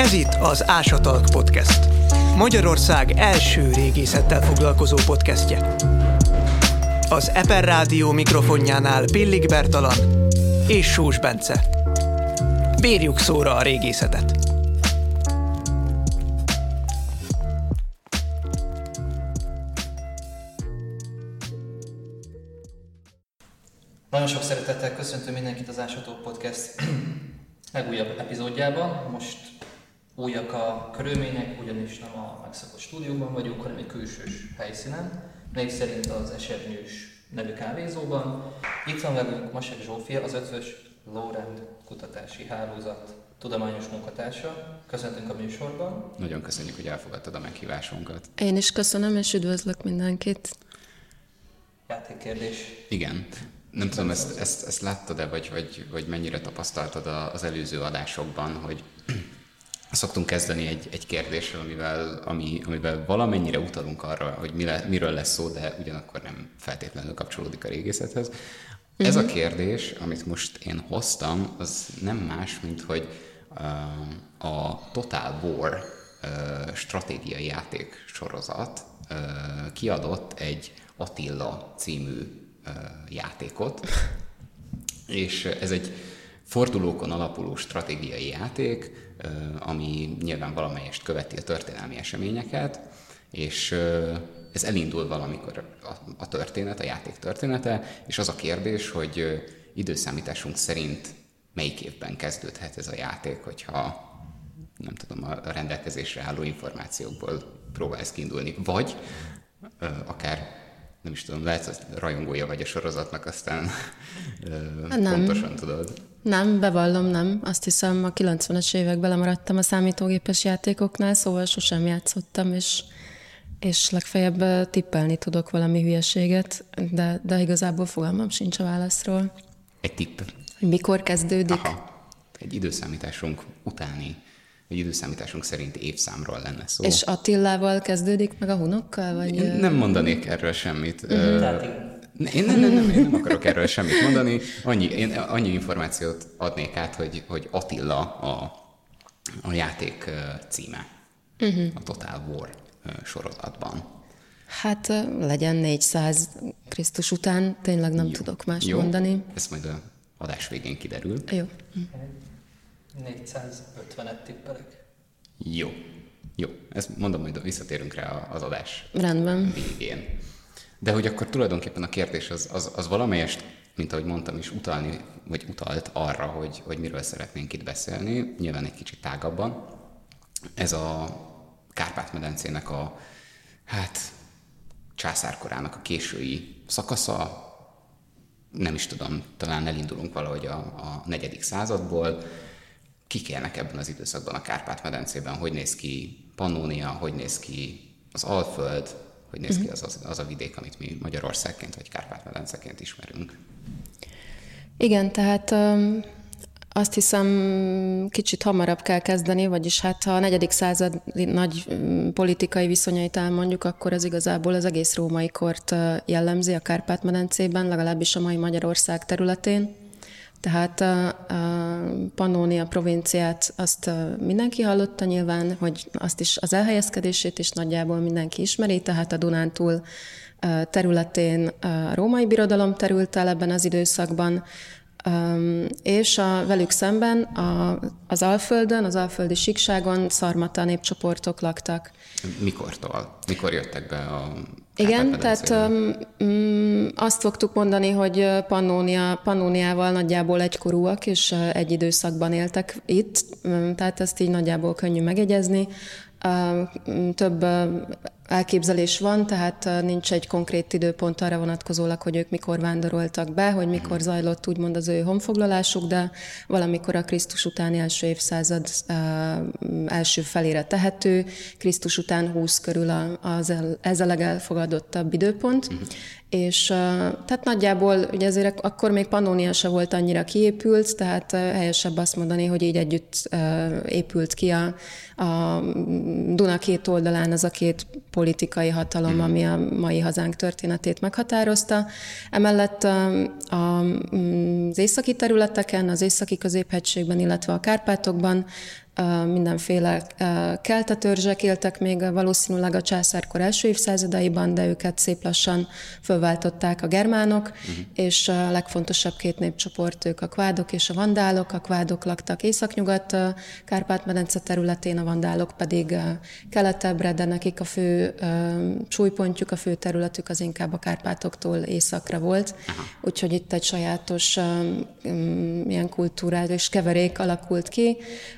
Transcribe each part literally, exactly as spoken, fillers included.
Ez itt az Ásatalk Podcast. Magyarország első régészettel foglalkozó podcastje. Az Eper Rádió mikrofonjánál Pillik Bertalan és Sós Bence. Bírjuk szóra a régészetet! Nagyon sok szeretettel köszöntöm mindenkit az Ásatalk Podcast legújabb epizódjában. Most újak a körülmények, ugyanis nem a megszokott stúdióban vagyunk, hanem egy külsős helyszínen, név szerint az Esernyős nevű kávézóban. Itt van velünk Masek Zsófia, az Eötvös Lórend Kutatási Hálózat tudományos munkatársa. Köszöntünk a műsorban. Nagyon köszönjük, hogy elfogadtad a meghívásunkat. Én is köszönöm, és üdvözlök mindenkit. Játékkérdés. Igen. Nem tudom, ezt, ezt, ezt láttad-e, vagy, vagy, vagy mennyire tapasztaltad az előző adásokban, hogy szoktunk kezdeni egy, egy kérdéssel, amivel, ami, amivel valamennyire utalunk arra, hogy mi le, miről lesz szó, de ugyanakkor nem feltétlenül kapcsolódik a régészethez. Uh-huh. Ez a kérdés, amit most én hoztam, az nem más, mint hogy uh, a Total War uh, stratégiai játék sorozat uh, kiadott egy Attila című játékot, és ez egy fordulókon alapuló stratégiai játék, ami nyilván valamelyest követi a történelmi eseményeket, és ez elindul valamikor a történet, a játék története, és az a kérdés, hogy időszámításunk szerint melyik évben kezdődhet ez a játék, hogyha nem tudom, a rendelkezésre álló információkból próbálsz kiindulni, vagy akár nem is tudom, lehet, hogy rajongója vagy a sorozatnak, aztán nem. Pontosan tudod. Nem, bevallom, nem. Azt hiszem, a kilencvenes években lemaradtam a számítógépes játékoknál, szóval sosem játszottam, és, és legfeljebb tippelni tudok valami hülyeséget, de, de igazából fogalmam sincs a válaszról. Egy tipp. Hogy mikor kezdődik? Aha. Egy időszámításunk utáni, egy időszámításunk szerint évszámról lenne szó. És Attilával kezdődik meg a hunokkal? Vagy... Én nem mondanék erről semmit. Uh-huh. Én nem, nem, nem, én nem akarok erről semmit mondani. Annyi, én annyi információt adnék át, hogy, hogy Attila a, a játék címe. Uh-huh. A Total War sorozatban. Hát legyen négyszáz Krisztus után, tényleg nem Jó. tudok más Jó. mondani. Ez majd a adás végén kiderül. Jó. négyszázötvenet tippelek. Jó. Jó. Ezt mondom, hogy visszatérünk rá az adás Rendben. végén. De hogy akkor tulajdonképpen a kérdés az, az, az valamelyest, mint ahogy mondtam is, utalni, vagy utalt arra, hogy, hogy miről szeretnénk itt beszélni, nyilván egy kicsit tágabban. Ez a Kárpát-medencének a, hát, császárkorának a késői szakasza, nem is tudom, talán elindulunk valahogy a, a negyedik századból. Kik élnek ebben az időszakban a Kárpát-medencében? Hogy néz ki Pannónia, hogy néz ki az Alföld, hogy néz ki az, az, az a vidék, amit mi Magyarországként vagy Kárpát-medenceként ismerünk? Igen, tehát um, azt hiszem kicsit hamarabb kell kezdeni, vagyis hát ha a negyedik század nagy um, politikai viszonyait elmondjuk, akkor ez igazából az egész római kort uh, jellemzi a Kárpát-medencében, legalábbis a mai Magyarország területén. Tehát a, a Pannónia provinciát azt mindenki hallotta nyilván, hogy azt is az elhelyezkedését is nagyjából mindenki ismeri, tehát a Dunántúl területén a római birodalom terült el ebben az időszakban, és a, velük szemben a, az Alföldön, az alföldi síkságon szarmata népcsoportok laktak. Mikortól? Mikor jöttek be a Igen, tehát um, azt fogtuk mondani, hogy Pannónia, Pannóniával nagyjából egykorúak, és egy időszakban éltek itt, tehát ezt így nagyjából könnyű megjegyezni. Uh, több uh, elképzelés van, tehát uh, nincs egy konkrét időpont arra vonatkozólag, hogy ők mikor vándoroltak be, hogy mikor zajlott úgymond az ő honfoglalásuk, de valamikor a Krisztus utáni első évszázad uh, első felére tehető, Krisztus után húsz körül a, az el, ez a legelfogadottabb időpont, uh-huh. és uh, tehát nagyjából, ugye ezért akkor még Pannónia se volt annyira kiépült, tehát uh, helyesebb azt mondani, hogy így együtt uh, épült ki a, a Duna két oldalán az a két politikai hatalom, mm. ami a mai hazánk történetét meghatározta. Emellett a, a, az északi területeken, az északi középhegységben, illetve a Kárpátokban mindenféle keltatörzsek éltek még valószínűleg a császárkor első évszázadaiban, de őket szép lassan fölváltották a germánok, uh-huh. és a legfontosabb két népcsoport ők a kvádok és a vandálok. A kvádok laktak északnyugat Kárpát-medence területén, a vandálok pedig keletebbre, de nekik a fő súlypontjuk, a fő területük az inkább a Kárpátoktól északra volt. Uh-huh. Úgyhogy itt egy sajátos ilyen kulturális keverék alakult ki.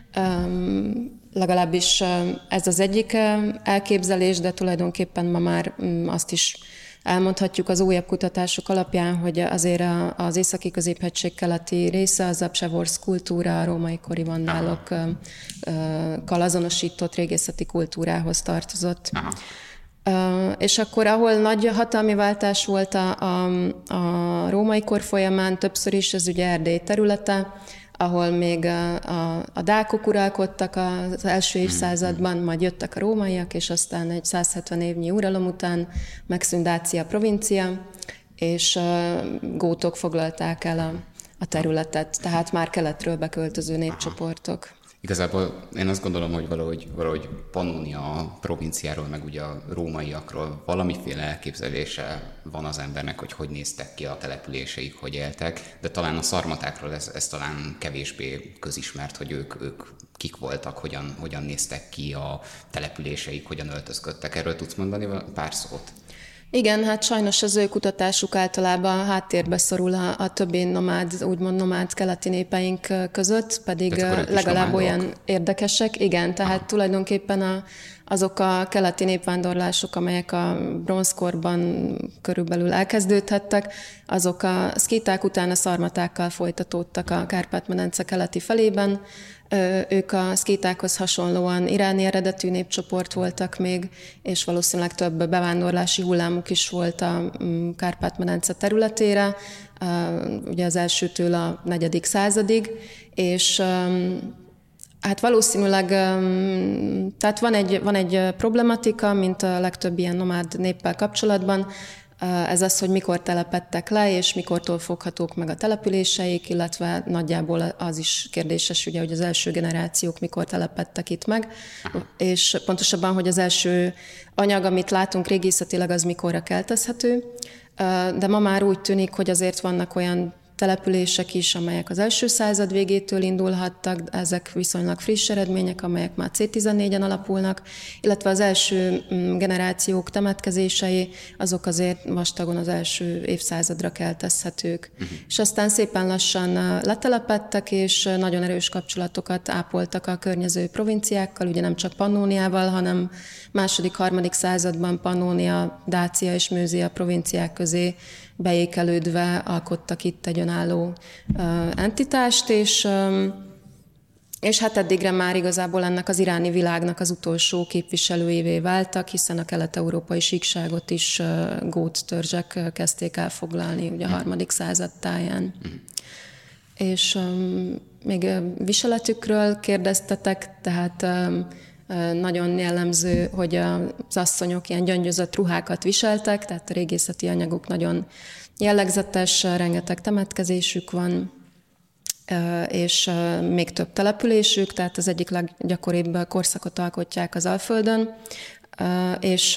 Um, legalábbis um, ez az egyik um, elképzelés, de tulajdonképpen ma már um, azt is elmondhatjuk az újabb kutatások alapján, hogy azért a, az északi középhegység keleti része, az a Psevorsz kultúra, a római kori vandálokkal uh, azonosított régészeti kultúrához tartozott. Uh, és akkor, ahol nagy hatalmi váltás volt a, a, a római kor folyamán, többször is, ez ugye Erdély területe, ahol még a, a, a dákok uralkodtak az első évszázadban, majd jöttek a rómaiak, és aztán egy száz hetven évnyi uralom után megszűnt Dácia provincia, és a gótok foglalták el a, a területet, tehát már keletről beköltöző népcsoportok. Igazából én azt gondolom, hogy valahogy, valahogy Pannonia provinciáról, meg ugye a rómaiakról valamiféle elképzelése van az embernek, hogy hogy néztek ki a településeik, hogy éltek, de talán a szarmatákról ez, ez talán kevésbé közismert, hogy ők, ők kik voltak, hogyan, hogyan néztek ki a településeik, hogyan öltözködtek. Erről tudsz mondani pár szót? Igen, hát sajnos az ő kutatásuk általában háttérbe szorul a, a többi nomád, úgymond nomád keleti népeink között, pedig legalább olyan érdekesek. Igen, tehát Aha. tulajdonképpen a, azok a keleti népvándorlások, amelyek a bronzkorban körülbelül elkezdődhettek, azok a szkíták után a szarmatákkal folytatódtak a Kárpát-medence keleti felében. Ők a szkítákhoz hasonlóan iráni eredetű népcsoport voltak még, és valószínűleg több bevándorlási hullámuk is volt a Kárpát-medence területére, ugye az elsőtől a negyedik századig, és hát valószínűleg, tehát van egy, van egy problematika, mint a legtöbb ilyen nomád néppel kapcsolatban, ez az, hogy mikor telepedtek le, és mikortól foghatók meg a településeik, illetve nagyjából az is kérdéses, ugye, hogy az első generációk mikor telepedtek itt meg, és pontosabban, hogy az első anyag, amit látunk régészetileg, az mikorra keltezhető, de ma már úgy tűnik, hogy azért vannak olyan települések is, amelyek az első század végétől indulhattak, ezek viszonylag friss eredmények, amelyek már cé tizennégyen alapulnak, illetve az első generációk temetkezései, azok azért vastagon az első évszázadra keltezhetők. Uh-huh. És aztán szépen lassan letelepedtek, és nagyon erős kapcsolatokat ápoltak a környező provinciákkal, ugye nem csak Pannóniával, hanem második, harmadik században Pannónia, Dácia és Mőzia provinciák közé beékelődve alkottak itt egy önálló uh, entitást, és, um, és hát eddigre már igazából ennek az iráni világnak az utolsó képviselőjévé váltak, hiszen a kelet-európai síkságot is uh, gót törzsek uh, kezdték elfoglalni ugye a harmadik század táján. És um, még viseletükről kérdeztetek, tehát um, nagyon jellemző, hogy az asszonyok ilyen gyöngyözött ruhákat viseltek, tehát a régészeti anyagok nagyon jellegzetes, rengeteg temetkezésük van, és még több településük, tehát az egyik leggyakoribb korszakot alkotják az Alföldön, és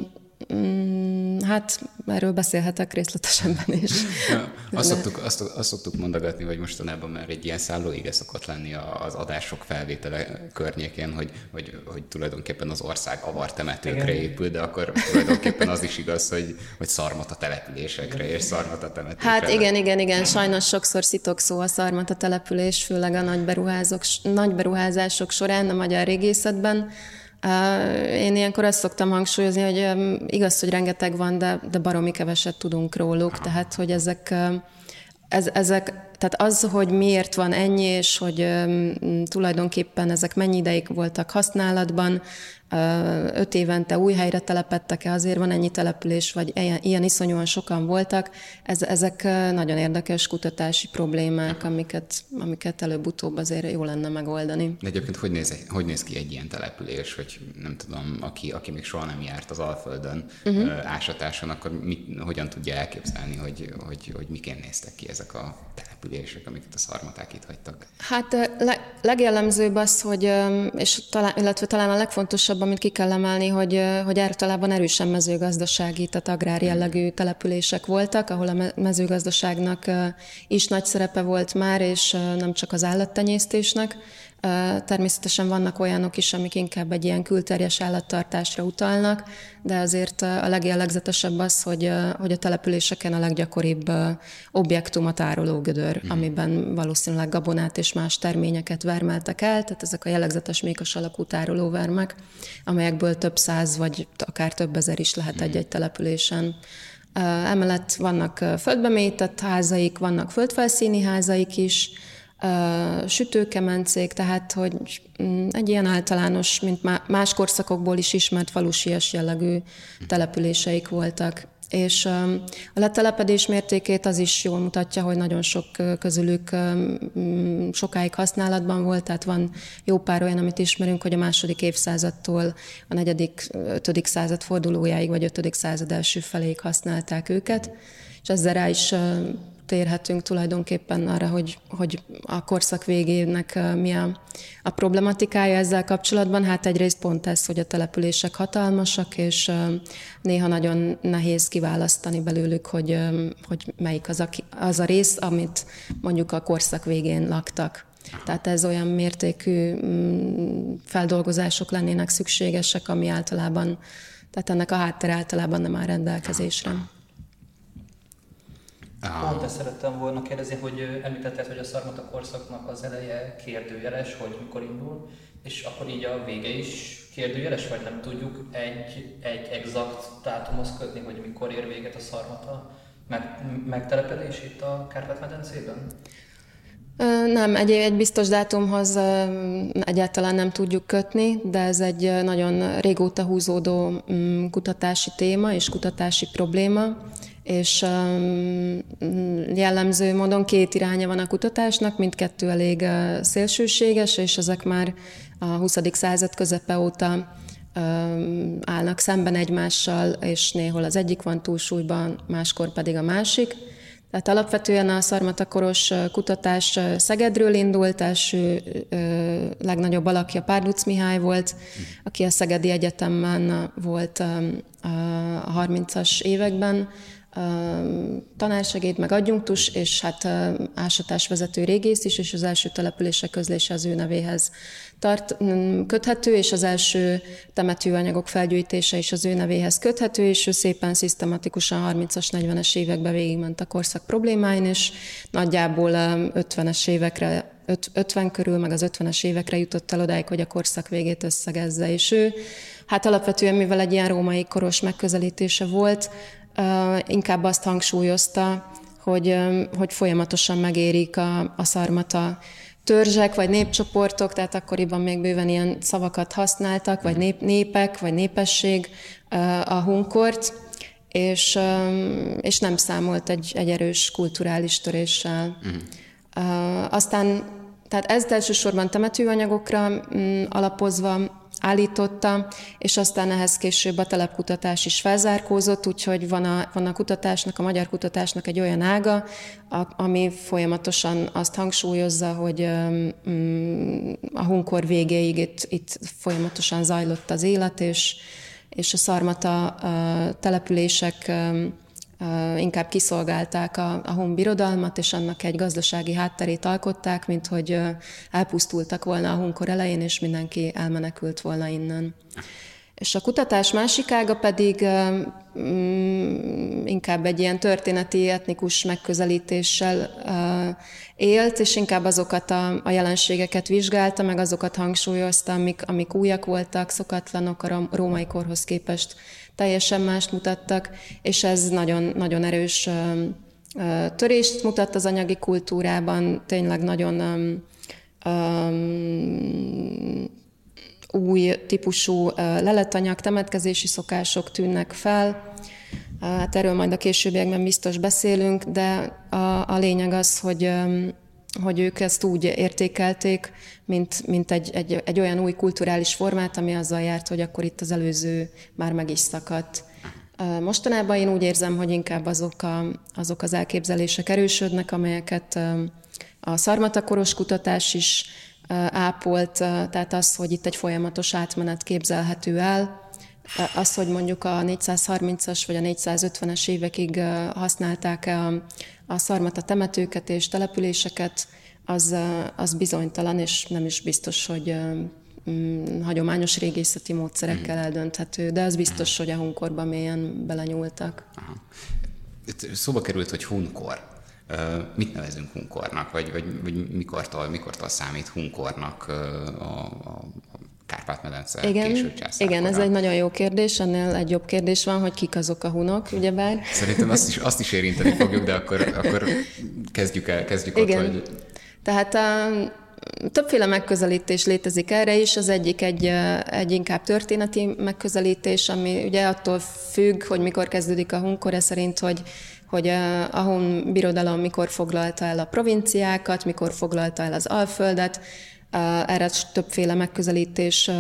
hát erről beszélhetek részletesebben is. Ja, azt, szoktuk, azt, azt szoktuk mondogatni, hogy mostanában már egy ilyen szállóége szokott lenni az adások felvétele környékén, hogy, hogy, hogy tulajdonképpen az ország avartemetőkre épül, de akkor tulajdonképpen az is igaz, hogy, hogy szarmat a településekre és szarmat a temetőkre. Hát igen, igen, igen, sajnos sokszor szitokszó a szarmat a település, főleg a nagy, beruházók, nagy beruházások során a magyar régészetben. Én ilyenkor azt szoktam hangsúlyozni, hogy igaz, hogy rengeteg van, de, de baromi keveset tudunk róluk, tehát hogy ezek, ez, ezek, tehát az, hogy miért van ennyi, és hogy um, tulajdonképpen ezek mennyi ideig voltak használatban, uh, öt évente új helyre telepedtek-e, azért van ennyi település, vagy ilyen, ilyen iszonyúan sokan voltak, ez, ezek nagyon érdekes kutatási problémák, amiket, amiket előbb-utóbb azért jó lenne megoldani. De egyébként hogy néz, hogy néz ki egy ilyen település, hogy nem tudom, aki, aki még soha nem járt az Alföldön uh-huh. ásatáson, akkor mit, hogyan tudja elképzelni, hogy, hogy, hogy miként néztek ki ezek a települések? települések, amiket a szarmaták itt hagytak? Hát le, legjellemzőbb az, hogy, és talán, illetve talán a legfontosabb, amit ki kell emelni, hogy, hogy általában erősen mezőgazdasági, tehát agrár jellegű települések voltak, ahol a mezőgazdaságnak is nagy szerepe volt már, és nem csak az állattenyésztésnek. Természetesen vannak olyanok is, amik inkább egy ilyen külterjes állattartásra utalnak, de azért a legjellegzetesebb az, hogy, hogy a településeken a leggyakoribb objektum a tárológödör, mm. amiben valószínűleg gabonát és más terményeket vermeltek el, tehát ezek a jellegzetes mékas alakú tárolóvermek, amelyekből több száz vagy akár több ezer is lehet egy-egy településen. Emellett vannak földbe mélyített házaik, vannak földfelszíni házaik is, sütőkemencék, tehát hogy egy ilyen általános, mint más korszakokból is ismert falusias jellegű településeik voltak. És a letelepedés mértékét az is jól mutatja, hogy nagyon sok közülük sokáig használatban volt, tehát van jó pár olyan, amit ismerünk, hogy a második évszázadtól a negyedik, ötödik század fordulójáig, vagy ötödik század első feléig használták őket, és ezzel rá is térhetünk tulajdonképpen arra, hogy, hogy a korszak végének mi a, a problematikája ezzel kapcsolatban. Hát egyrészt pont ez, hogy a települések hatalmasak, és néha nagyon nehéz kiválasztani belőlük, hogy, hogy melyik az a, az a rész, amit mondjuk a korszak végén laktak. Tehát ez olyan mértékű feldolgozások lennének szükségesek, ami általában, tehát ennek a háttere általában nem áll rendelkezésre. Pont ezt szerettem volna kérdezni, hogy említetted, hogy a szarmata korszaknak az eleje kérdőjeles, hogy mikor indul, és akkor így a vége is kérdőjeles, vagy nem tudjuk egy, egy exakt dátumhoz kötni, hogy mikor ér véget a szarmata meg, megtelepedés itt a Kárpát-medencében? Nem, egy, egy biztos dátumhoz egyáltalán nem tudjuk kötni, de ez egy nagyon régóta húzódó kutatási téma és kutatási probléma, és jellemző módon két iránya van a kutatásnak, mindkettő elég szélsőséges, és ezek már a huszadik század közepe óta állnak szemben egymással, és néhol az egyik van túlsúlyban, máskor pedig a másik. Tehát alapvetően a szarmatakoros kutatás Szegedről indult, első legnagyobb alakja Párduc Mihály volt, aki a Szegedi Egyetemen volt a harmincas években, tanársegéd, meg adjunktus, és hát ásatásvezető régész is, és az első települések közlése az ő nevéhez tart, köthető, és az első temetőanyagok felgyűjtése is az ő nevéhez köthető, és ő szépen szisztematikusan harmincas, negyvenes években végigment a korszak problémáin, és nagyjából ötvenes évekre, ötven körül, meg az ötvenes évekre jutott el odáig, hogy a korszak végét összegezze, és ő hát alapvetően, mivel egy ilyen római koros megközelítése volt, inkább azt hangsúlyozta, hogy, hogy folyamatosan megérik a, a szarmata törzsek, vagy népcsoportok, tehát akkoriban még bőven ilyen szavakat használtak, vagy nép, népek, vagy népesség a hunkort, és, és nem számolt egy, egy erős kulturális töréssel. Uh-huh. Aztán, tehát ezt elsősorban temetőanyagokra alapozva állította, és aztán ehhez később a telepkutatás is felzárkózott, úgyhogy van a, van a kutatásnak, a magyar kutatásnak egy olyan ága, a, ami folyamatosan azt hangsúlyozza, hogy um, a hunkor végéig itt, itt folyamatosan zajlott az élet, és, és a szarmata uh, települések um, Uh, inkább kiszolgálták a, a hun birodalmat, és annak egy gazdasági hátterét alkották, mint hogy uh, elpusztultak volna a hunkor elején, és mindenki elmenekült volna innen. És a kutatás másik ága pedig uh, um, inkább egy ilyen történeti, etnikus megközelítéssel uh, élt, és inkább azokat a, a jelenségeket vizsgálta, meg azokat hangsúlyozta, amik, amik újak voltak, szokatlanok a római korhoz képest teljesen mást mutattak, és ez nagyon, nagyon erős törést mutat az anyagi kultúrában, tényleg nagyon um, um, új típusú leletanyag, temetkezési szokások tűnnek fel. Hát erről majd a későbbiekben biztos beszélünk, de a, a lényeg az, hogy um, hogy ők ezt úgy értékelték, mint, mint egy, egy, egy olyan új kulturális formát, ami azzal járt, hogy akkor itt az előző már meg is szakadt. Mostanában én úgy érzem, hogy inkább azok, a, azok az elképzelések erősödnek, amelyeket a szarmatakoros kutatás is ápolt, tehát az, hogy itt egy folyamatos átmenet képzelhető el, az, hogy mondjuk a négyszázharmincas vagy a négyszázötvenes évekig használták-e a, a szarmata temetőket és településeket, az, az bizonytalan, és nem is biztos, hogy mm, hagyományos régészeti módszerekkel eldönthető, de az biztos, hogy a hunkorban mélyen belenyúltak. Aha. Itt szóba került, hogy hunkor. Mit nevezünk hunkornak, vagy, vagy, vagy mikortól, mikortól számít hunkornak a, a Kárpát-medence késő császárkora? Igen, ez egy nagyon jó kérdés, ennél egy jobb kérdés van, hogy kik azok a hunok, ugyebár. Szerintem azt is, azt is érinteni fogjuk, de akkor, akkor kezdjük el, kezdjük igen. ott, hogy... Tehát a, többféle megközelítés létezik erre is, az egyik egy, egy inkább történeti megközelítés, ami ugye attól függ, hogy mikor kezdődik a hunkor, ez szerint, hogy hogy a hun birodalom mikor foglalta el a provinciákat, mikor foglalta el az Alföldet. Erre többféle megközelítés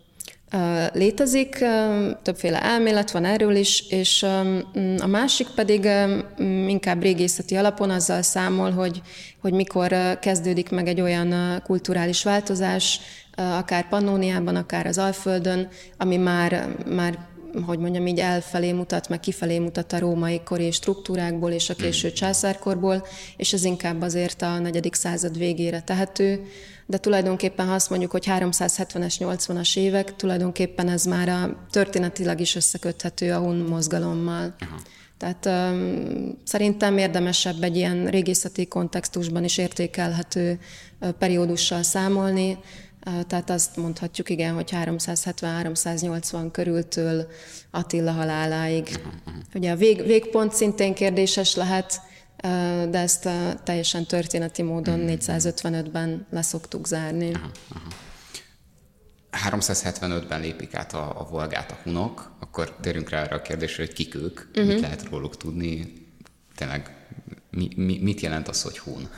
létezik, többféle elmélet van erről is, és a másik pedig inkább régészeti alapon azzal számol, hogy, hogy mikor kezdődik meg egy olyan kulturális változás, akár Pannóniában, akár az Alföldön, ami már, már hogy mondjam, így elfelé mutat, meg kifelé mutat a római kori struktúrákból és a késő császárkorból, és ez inkább azért a negyedik század végére tehető. De tulajdonképpen, ha azt mondjuk, hogy háromszázhetvenes, nyolcvanas évek, tulajdonképpen ez már a, történetileg is összeköthető a hun mozgalommal. Aha. Tehát um, szerintem érdemesebb egy ilyen régészeti kontextusban is értékelhető uh, periódussal számolni. Uh, tehát azt mondhatjuk, igen, hogy háromszázhetven-háromszáznyolcvan körültől Attila haláláig. Aha. Ugye a vég, végpont szintén kérdéses lehet, de ezt teljesen történeti módon négyszázötvenötben leszoktuk zárni. Aha, aha. háromszázhetvenötben lépik át a, a Volgát a hunok, akkor térjünk rá arra a kérdésre, hogy kik ők, uh-huh. mit lehet róluk tudni, tényleg mi, mi, mit jelent az, hogy hun?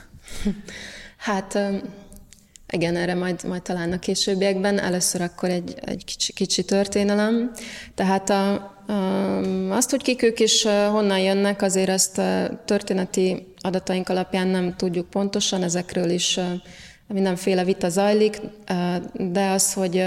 Hát igen, erre majd, majd talán a későbbiekben. Először akkor egy, egy kicsi, kicsi történelem. Tehát a, a, azt, hogy kik ők és honnan jönnek, azért ezt a történeti adataink alapján nem tudjuk pontosan, ezekről is mindenféle vita zajlik, de az, hogy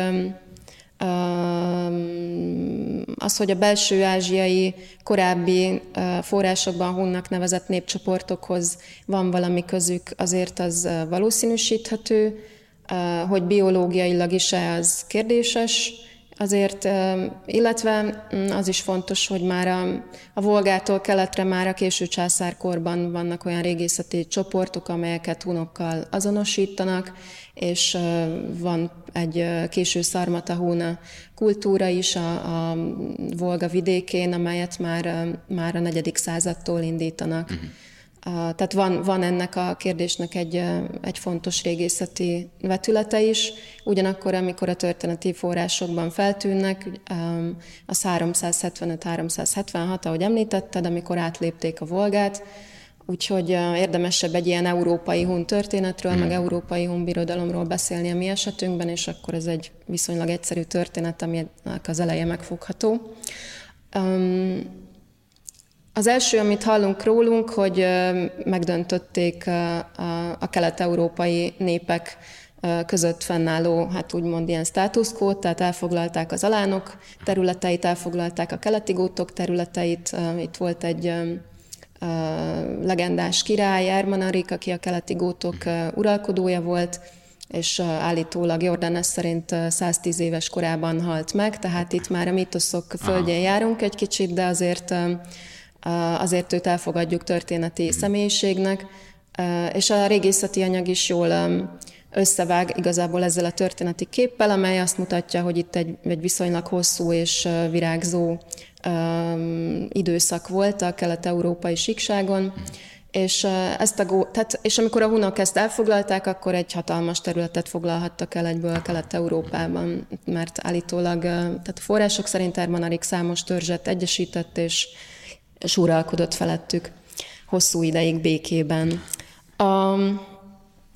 az, hogy a belső ázsiai korábbi forrásokban hunnak nevezett népcsoportokhoz van valami közük, azért az valószínűsíthető, hogy biológiailag is-e, az kérdéses, azért, illetve az is fontos, hogy már a, a Volgától keletre már a késő császárkorban vannak olyan régészeti csoportok, amelyeket hunokkal azonosítanak, és van egy késő szarmata-hun kultúra is a, a Volga vidékén, amelyet már, már a negyedik századtól indítanak. Uh-huh. Tehát van, van ennek a kérdésnek egy, egy fontos régészeti vetülete is, ugyanakkor, amikor a történeti forrásokban feltűnnek, az háromszázhetvenöt-háromszázhetvenhat, ahogy említetted, amikor átlépték a Volgát, úgyhogy érdemesebb egy ilyen európai hun történetről, meg európai hun birodalomról beszélni a mi esetünkben, és akkor ez egy viszonylag egyszerű történet, aminek az eleje megfogható. Az első, amit hallunk rólunk, hogy megdöntötték a kelet-európai népek között fennálló, hát úgymond ilyen státuszkót, tehát elfoglalták az alánok területeit, elfoglalták a keleti gótok területeit. Itt volt egy legendás király, Ermanarik, aki a keleti gótok uralkodója volt, és állítólag Jordanes szerint száztíz éves korában halt meg, tehát itt már a mítoszok földjén járunk egy kicsit, de azért azért őt elfogadjuk történeti uh-huh. személyiségnek, és a régészeti anyag is jól összevág igazából ezzel a történeti képpel, amely azt mutatja, hogy itt egy, egy viszonylag hosszú és virágzó um, időszak volt a kelet-európai síkságon, uh-huh. és, ezt a, tehát, és amikor a hunok ezt elfoglalták, akkor egy hatalmas területet foglalhattak el egyből Kelet-Európában, mert állítólag, tehát a források szerint Ermanarik számos törzset egyesített, és és uralkodott felettük hosszú ideig békében. A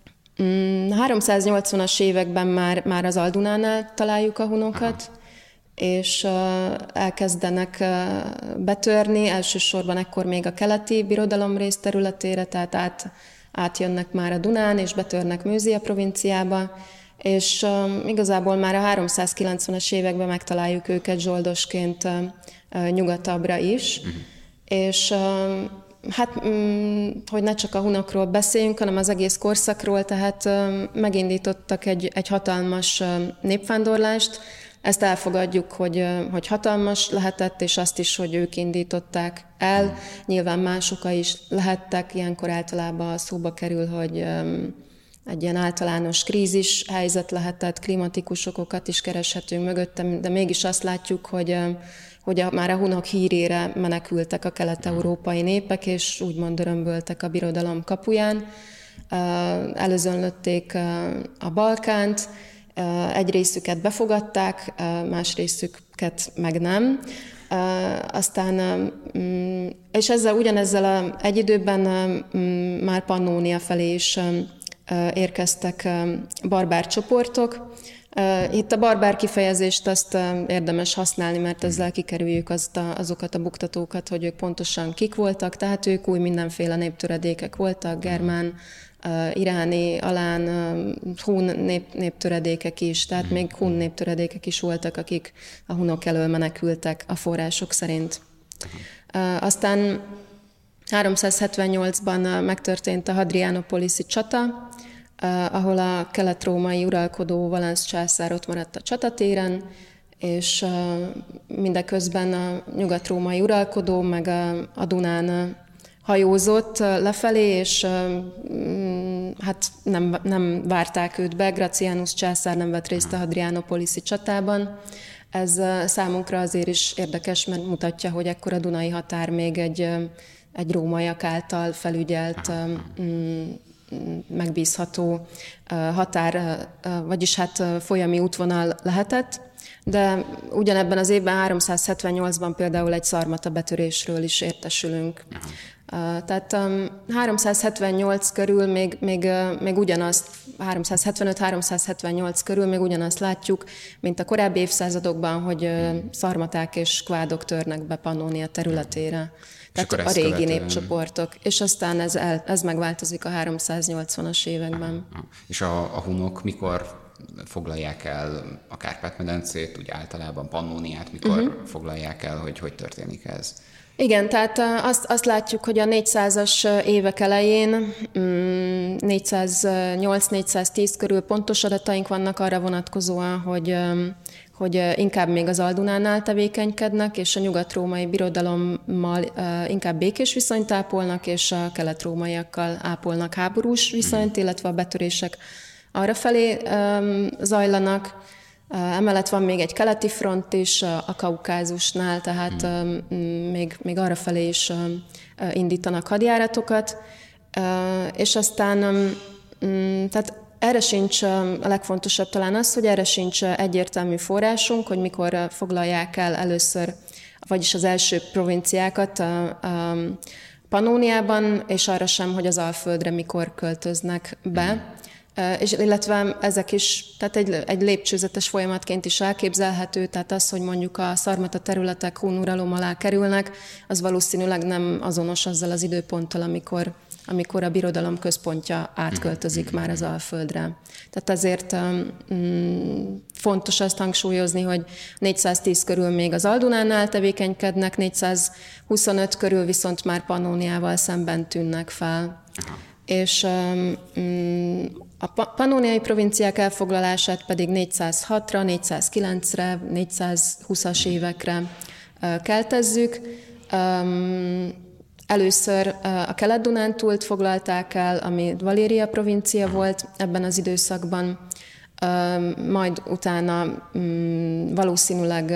háromszáznyolcvanas években már, már az Aldunánál találjuk a hunokat, és elkezdenek betörni, elsősorban ekkor még a keleti birodalom rész területére, tehát át, átjönnek már a Dunán, és betörnek Mőzia provinciába, és igazából már a háromszázkilencvenes években megtaláljuk őket zsoldosként nyugatabbra is, uh-huh. és hát, hogy ne csak a hunokról beszéljünk, hanem az egész korszakról, tehát megindítottak egy, egy hatalmas népvándorlást. Ezt elfogadjuk, hogy, hogy hatalmas lehetett, és azt is, hogy ők indították el. Nyilván mások is lehettek, ilyenkor általában szóba kerül, hogy egy ilyen általános krízis helyzet lehetett, klimatikus okokat is kereshetünk mögöttem, de mégis azt látjuk, hogy hogy a, már a hunok hírére menekültek a kelet-európai népek, és úgymond örömböltek a birodalom kapuján. Előzönlötték a Balkánt, egy részüket befogadták, más részüket meg nem. Aztán, és ezzel ugyanezzel a, egy időben már Pannónia felé is érkeztek barbár csoportok. Itt a barbár kifejezést azt érdemes használni, mert ezzel kikerüljük azt a, azokat a buktatókat, hogy ők pontosan kik voltak, tehát ők új mindenféle néptöredékek voltak, germán, iráni, alán, hun nép, néptöredékek is, tehát még hun néptöredékek is voltak, akik a hunok elől menekültek a források szerint. Aztán háromszázhetvennyolcban megtörtént a Hadrianopoliszi csata, ahol a kelet-római uralkodó Valensz császár ott maradt a csatatéren, és mindeközben a nyugat-római uralkodó meg a Dunán hajózott lefelé, és hát nem, nem várták őt be, Gratianus császár nem vett részt a Hadrianopoliszi csatában. Ez számunkra azért is érdekes, mert mutatja, hogy ekkor a dunai határ még egy, egy rómaiak által felügyelt, megbízható határ, vagyis hát folyami útvonal lehetett, de ugyanebben az évben háromszázhetvennyolcban például egy szarmata betörésről is értesülünk. Tehát háromszázhetvennyolc körül még, még, még ugyanazt, háromszázhetvenöt háromszázhetvennyolc körül még ugyanazt látjuk, mint a korábbi évszázadokban, hogy szarmaták és kvádok törnek be Pannónia területére. Tehát a régi követően... népcsoportok. És aztán ez, el, ez megváltozik a háromszáznyolcvanas években. Aha. És a, a hunok mikor foglalják el a Kárpát-medencét, úgy általában Pannóniát, mikor uh-huh. foglalják el, hogy hogy történik ez? Igen, tehát azt, azt látjuk, hogy a négyszázas évek elején négyszáznyolc négyszáztíz körül pontos adataink vannak arra vonatkozóan, hogy, hogy inkább még az Aldunánál tevékenykednek, és a nyugat-római birodalommal inkább békés viszonyt ápolnak, és a kelet-rómaiakkal ápolnak háborús viszonyt, illetve a betörések arrafelé zajlanak. Emellett van még egy keleti front is a Kaukázusnál, tehát hmm. még, még arrafelé is indítanak hadjáratokat, és aztán tehát erre sincs, a legfontosabb talán az, hogy erre sincs egyértelmű forrásunk, hogy mikor foglalják el először, vagyis az első provinciákat a, a Pannóniában, és arra sem, hogy az Alföldre mikor költöznek be. És illetve ezek is, tehát egy, egy lépcsőzetes folyamatként is elképzelhető, tehát az, hogy mondjuk a szarmata területek hun uralom alá kerülnek, az valószínűleg nem azonos azzal az időponttal, amikor, amikor a birodalom központja átköltözik már az Alföldre. Tehát ezért um, fontos azt hangsúlyozni, hogy négyszáztíz körül még az Aldunánál tevékenykednek, négyszázhuszonöt körül viszont már Pannóniával szemben tűnnek fel. És um, a pannóniai provinciák elfoglalását pedig négyszázhatra, négyszázkilencre, négyszázhúszas évekre keltezzük. Először a Kelet-Dunántúlt foglalták el, ami Valéria provincia volt ebben az időszakban, majd utána valószínűleg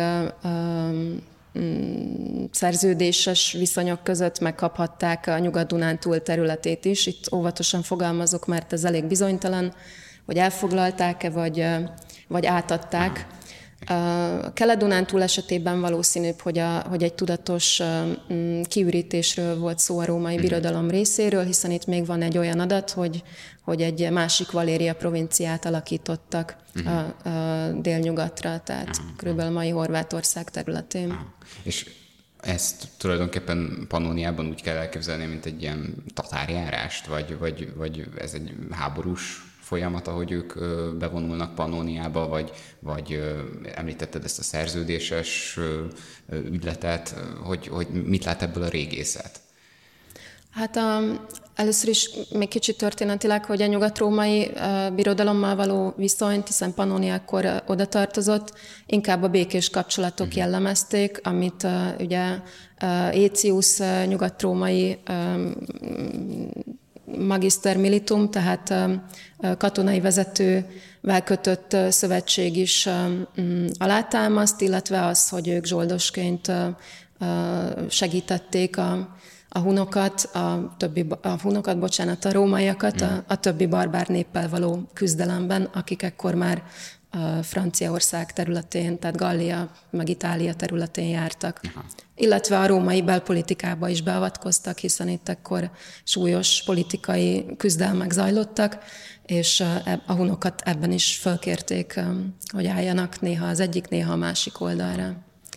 szerződéses viszonyok között megkaphatták a Nyugat-Dunántúl területét is. Itt óvatosan fogalmazok, mert ez elég bizonytalan, hogy elfoglalták-e, vagy, vagy átadták. A Kelet-Dunántúl esetében valószínűbb, hogy, a, hogy egy tudatos kiürítésről volt szó a római birodalom részéről, hiszen itt még van egy olyan adat, hogy, hogy egy másik Valéria provinciát alakítottak a, a délnyugatra, tehát körülbelül a mai Horvátország területén. És ezt tulajdonképpen Pannóniában úgy kell elképzelni, mint egy ilyen tatárjárást, vagy, vagy, vagy ez egy háborús folyamat, ahogy ők bevonulnak Pannóniába, vagy, vagy említetted ezt a szerződéses ügyletet, hogy, hogy mit lát ebből a régészet? Hát a, először is még kicsit történetileg, hogy a nyugat-római uh, birodalommal való viszonyt, hiszen Pannónia akkor uh, oda tartozott, inkább a békés kapcsolatok uh-huh. jellemezték, amit uh, ugye uh, Aetius uh, nyugat-római um, magister militum, tehát uh, katonai vezetővel kötött uh, szövetség is um, alátámaszt, illetve az, hogy ők zsoldosként uh, uh, segítették a a hunokat, a, többi, a hunokat, bocsánat, a rómaiakat a, a többi barbár néppel való küzdelemben, akik ekkor már a Franciaország területén, tehát Gallia meg Itália területén jártak. Aha. Illetve a római belpolitikába is beavatkoztak, hiszen itt ekkor súlyos politikai küzdelmek zajlottak, és a hunokat ebben is fölkérték, hogy álljanak néha az egyik, néha a másik oldalra.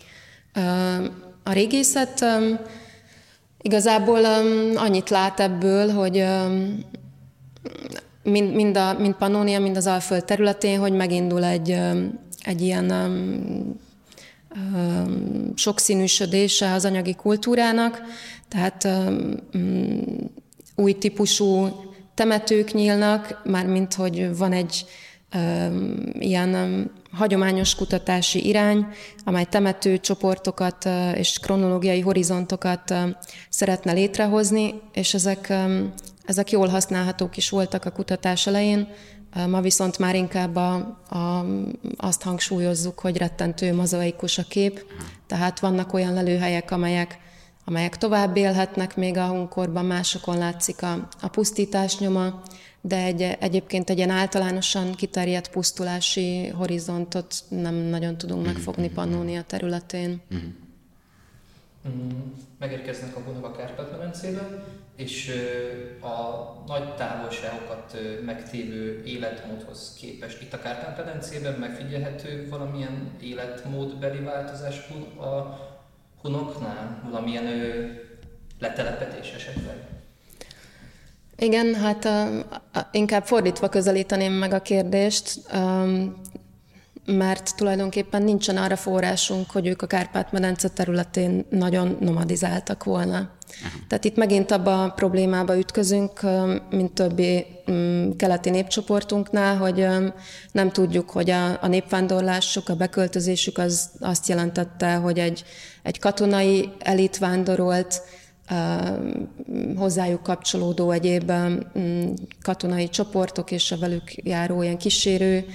A régészet igazából um, annyit lát ebből, hogy um, mind, mind, a, mind Pannónia, mind az Alföld területén, hogy megindul egy, um, egy ilyen um, um, sokszínűsödése az anyagi kultúrának, tehát um, um, új típusú temetők nyílnak, mármint hogy van egy um, ilyen um, hagyományos kutatási irány, amely temető csoportokat és kronológiai horizontokat szeretne létrehozni, és ezek, ezek jól használhatók is voltak a kutatás elején. Ma viszont már inkább a, a, azt hangsúlyozzuk, hogy rettentő mozaikus a kép, tehát vannak olyan lelőhelyek, amelyek, amelyek tovább élhetnek még a hunkorban, másokon látszik a, a pusztítás nyoma, de egy, egyébként egy ilyen általánosan kiterjedt pusztulási horizontot nem nagyon tudunk megfogni Pannónia területén. Megérkeznek a hunok a Kárpát-medencébe, és a nagy távolságokat megtévő életmódhoz képest itt a Kárpát-medencében megfigyelhető valamilyen életmódbeli változás a hunoknál? Valamilyen letelepedés esetleg? Igen, hát uh, inkább fordítva közelíteném meg a kérdést, um, mert tulajdonképpen nincsen arra forrásunk, hogy ők a Kárpát-medence területén nagyon nomadizáltak volna. Aha. Tehát itt megint abba a problémába ütközünk, mint többi um, keleti népcsoportunknál, hogy um, nem tudjuk, hogy a, a népvándorlásuk, a beköltözésük az azt jelentette, hogy egy, egy katonai elit vándorolt, hozzájuk kapcsolódó egyéb katonai csoportok és a velük járó ilyen kísérő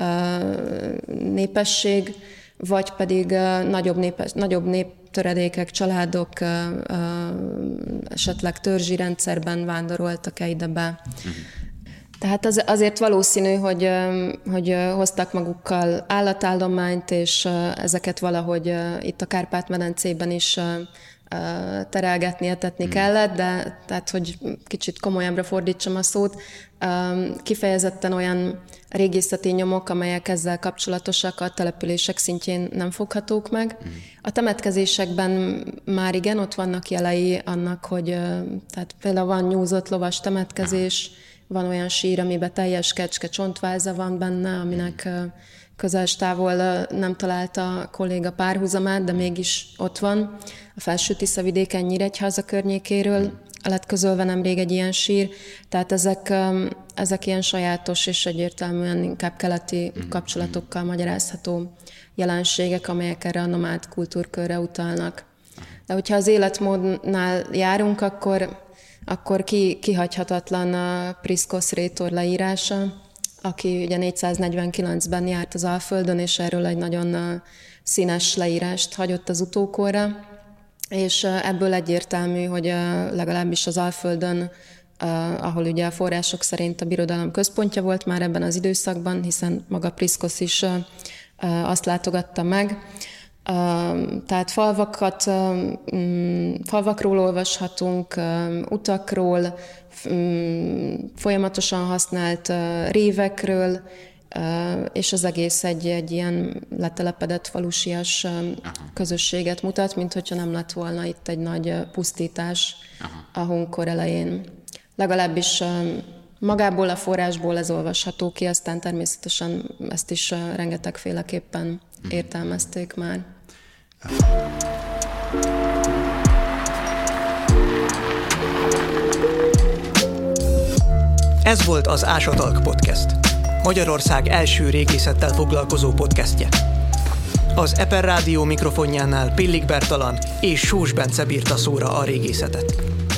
népesség, vagy pedig nagyobb, népes, nagyobb néptöredékek, családok esetleg törzsi rendszerben vándoroltak-e ide be. Tehát az, azért valószínű, hogy, hogy hoztak magukkal állatállományt, és ezeket valahogy itt a Kárpát-medencében is terelgetni, etetni hmm. kellett, de tehát, hogy kicsit komolyabbra fordítsam a szót, kifejezetten olyan régészeti nyomok, amelyek ezzel kapcsolatosak, a települések szintjén nem foghatók meg. Hmm. A temetkezésekben már igen, ott vannak jelei annak, hogy tehát például van nyúzott lovas temetkezés, van olyan sír, amiben teljes kecske csontváza van benne, aminek közel távol nem találta a kolléga párhuzamát, de mégis ott van. A Felső-Tiszavidéken, Nyíregyháza környékéről lett közölve nemrég egy ilyen sír, tehát ezek, ezek ilyen sajátos és egyértelműen inkább keleti kapcsolatokkal magyarázható jelenségek, amelyek erre a nomád kultúrkörre utalnak. De hogyha az életmódnál járunk, akkor, akkor ki, kihagyhatatlan a Priszkosz rétor leírása, aki ugye négyszáznegyvenkilencben járt az Alföldön, és erről egy nagyon színes leírást hagyott az utókorra, és ebből egyértelmű, hogy legalábbis az Alföldön, ahol ugye a források szerint a birodalom központja volt már ebben az időszakban, hiszen maga Priszkosz is azt látogattam meg. Tehát falvakat, falvakról olvashatunk, utakról, folyamatosan használt révekről, és az egész egy, egy ilyen letelepedett falusias közösséget mutat, mint hogyha nem lett volna itt egy nagy pusztítás Aha. a hunkor elején. Legalábbis magából a forrásból ez olvasható ki, aztán természetesen ezt is rengetegféleképpen értelmezték már. Ez volt az Ásatalk Podcast, Magyarország első régészettel foglalkozó podcastje. Az Eper Rádió mikrofonjánál Pillik Bertalan és Sós Bence bírta szóra a régészetet.